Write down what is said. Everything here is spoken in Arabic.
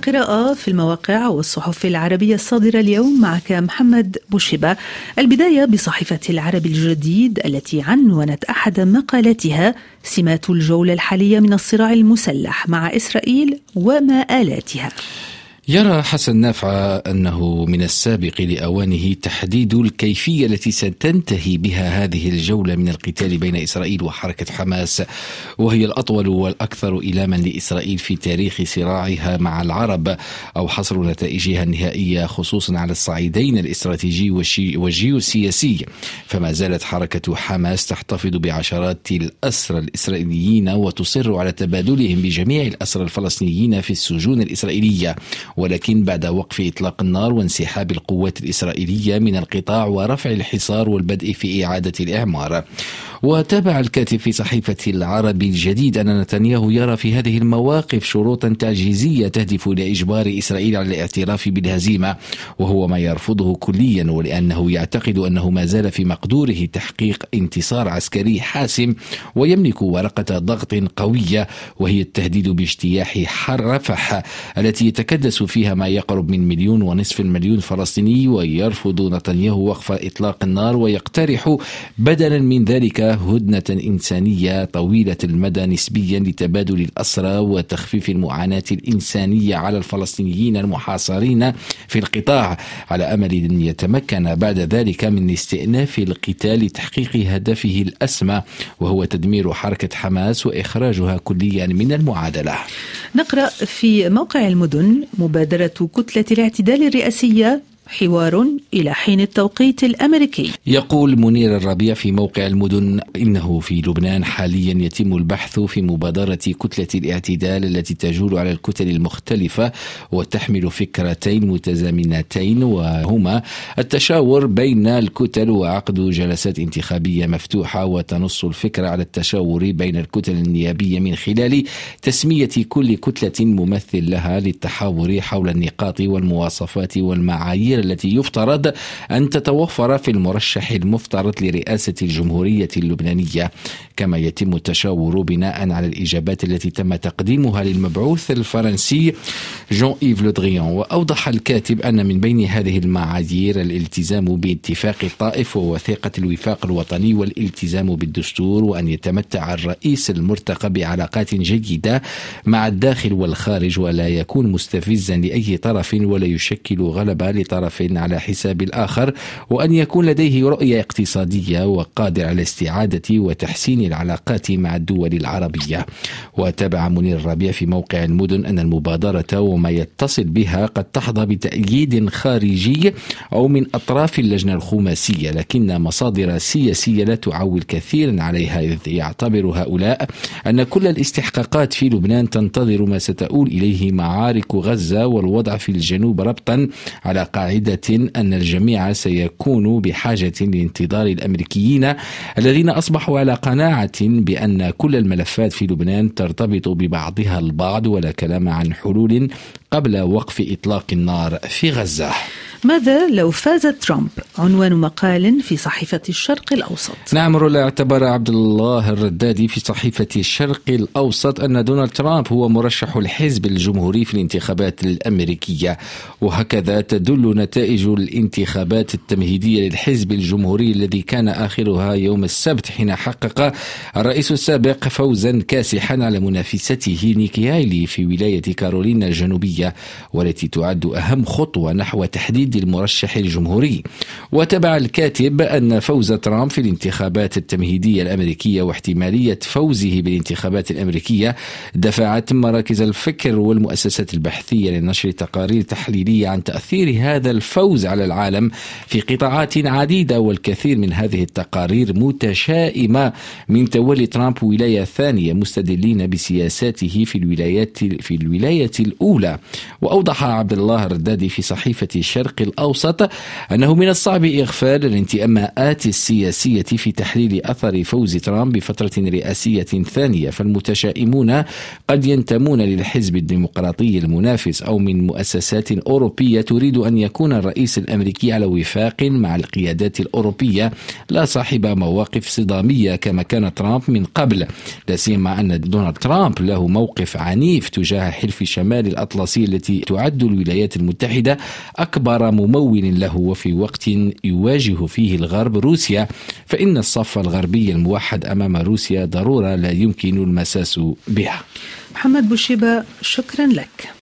وقراءة في المواقع والصحف العربية الصادرة اليوم. معك محمد بوشبة. البداية بصحيفة العربي الجديد التي عنونت أحد مقالاتها سمات الجولة الحالية من الصراع المسلح مع إسرائيل ومآلاتها. يرى حسن نافع أنه من السابق لأوانه تحديد الكيفية التي ستنتهي بها هذه الجولة من القتال بين إسرائيل وحركة حماس، وهي الأطول والأكثر إلاما لإسرائيل في تاريخ صراعها مع العرب، أو حصر نتائجها النهائية خصوصا على الصعيدين الاستراتيجي والجيوسياسي. فما زالت حركة حماس تحتفظ بعشرات الأسرى الإسرائيليين وتصر على تبادلهم بجميع الأسرى الفلسطينيين في السجون الإسرائيلية، ولكن بعد وقف إطلاق النار وانسحاب القوات الإسرائيلية من القطاع ورفع الحصار والبدء في إعادة الإعمار. وتابع الكاتب في صحيفة العربي الجديد أن نتنياهو يرى في هذه المواقف شروطا تعجيزية تهدف إلى إجبار إسرائيل على الاعتراف بالهزيمة، وهو ما يرفضه كليا، ولأنه يعتقد أنه ما زال في مقدوره تحقيق انتصار عسكري حاسم ويملك ورقة ضغط قوية، وهي التهديد باجتياح رفح التي يتكدس فيها ما يقرب من 1.5 مليون فلسطيني. ويرفض نتنياهو وقف إطلاق النار ويقترح بدلا من ذلك هدنة إنسانية طويلة المدى نسبيا لتبادل الأسرى وتخفيف المعاناة الإنسانية على الفلسطينيين المحاصرين في القطاع، على أمل أن يتمكن بعد ذلك من استئناف القتال لتحقيق هدفه الأسمى، وهو تدمير حركة حماس وإخراجها كليا من المعادلة. نقرأ في موقع المدن: مبادرة كتلة الاعتدال الرئاسية حوار إلى حين التوقيت الأمريكي. يقول منير الربيع في موقع المدن إنه في لبنان حاليا يتم البحث في مبادرة كتلة الاعتدال التي تجول على الكتل المختلفة وتحمل فكرتين متزامنتين، وهما التشاور بين الكتل وعقد جلسات انتخابية مفتوحة، وتنص الفكرة على التشاور بين الكتل النيابية من خلال تسمية كل كتلة ممثل لها للتحاور حول النقاط والمواصفات والمعايير التي يفترض أن تتوفر في المرشح المفترض لرئاسة الجمهورية اللبنانية، كما يتم التشاور بناء على الإجابات التي تم تقديمها للمبعوث الفرنسي جون إيف لودغيان. وأوضح الكاتب أن من بين هذه المعايير الالتزام باتفاق الطائف ووثيقة الوفاق الوطني والالتزام بالدستور، وأن يتمتع الرئيس المرتقب بعلاقات جيدة مع الداخل والخارج، ولا يكون مستفزا لأي طرف ولا يشكل غلبة لطرف على حساب الآخر، وأن يكون لديه رؤية اقتصادية وقادر على استعادة وتحسين العلاقات مع الدول العربية. وتابع منير الربيع في موقع المدن أن المبادرة وما يتصل بها قد تحظى بتأييد خارجي أو من أطراف اللجنة الخماسية، لكن مصادر سياسية لا تعول كثيرا عليها، إذ يعتبر هؤلاء أن كل الاستحقاقات في لبنان تنتظر ما ستؤول إليه معارك غزة والوضع في الجنوب، ربطا على قاعدة أن الجميع سيكون بحاجة لانتظار الأمريكيين الذين أصبحوا على قناعة بأن كل الملفات في لبنان ترتبط ببعضها البعض، ولا كلام عن حلول قبل وقف إطلاق النار في غزة. ماذا لو فاز ترامب؟ عنوان مقال في صحيفة الشرق الأوسط. نعم، اعتبر عبد الله الردادي في صحيفة الشرق الأوسط أن دونالد ترامب هو مرشح الحزب الجمهوري في الانتخابات الأمريكية، وهكذا تدل نتائج الانتخابات التمهيدية للحزب الجمهوري الذي كان آخرها يوم السبت، حين حقق الرئيس السابق فوزا كاسحا على منافسته نيكي هايلي في ولاية كارولينا الجنوبية، والتي تعد أهم خطوة نحو تحديد المرشح الجمهوري. وتبع الكاتب أن فوز ترامب في الانتخابات التمهيدية الأمريكية واحتمالية فوزه بالانتخابات الأمريكية دفعت مراكز الفكر والمؤسسات البحثية لنشر تقارير تحليلية عن تأثير هذا الفوز على العالم في قطاعات عديدة، والكثير من هذه التقارير متشائمة من تولي ترامب ولاية ثانية، مستدلين بسياساته في الولاية الأولى. وأوضح عبد الله الردادي في صحيفة الشرق الشرق الأوسط أنه من الصعب إغفال الانتماءات السياسية في تحليل أثر فوز ترامب بفترة رئاسية ثانية، فالمتشائمون قد ينتمون للحزب الديمقراطي المنافس أو من مؤسسات أوروبية تريد أن يكون الرئيس الأمريكي على وفاق مع القيادات الأوروبية لا صاحب مواقف صدامية كما كان ترامب من قبل، لا سيما أن دونالد ترامب له موقف عنيف تجاه حلف شمال الأطلسي التي تعد الولايات المتحدة أكبر ممول له، وفي وقت يواجه فيه الغرب روسيا، فإن الصف الغربي الموحد أمام روسيا ضرورة لا يمكن المساس بها. محمد بوشيبة، شكرا لك.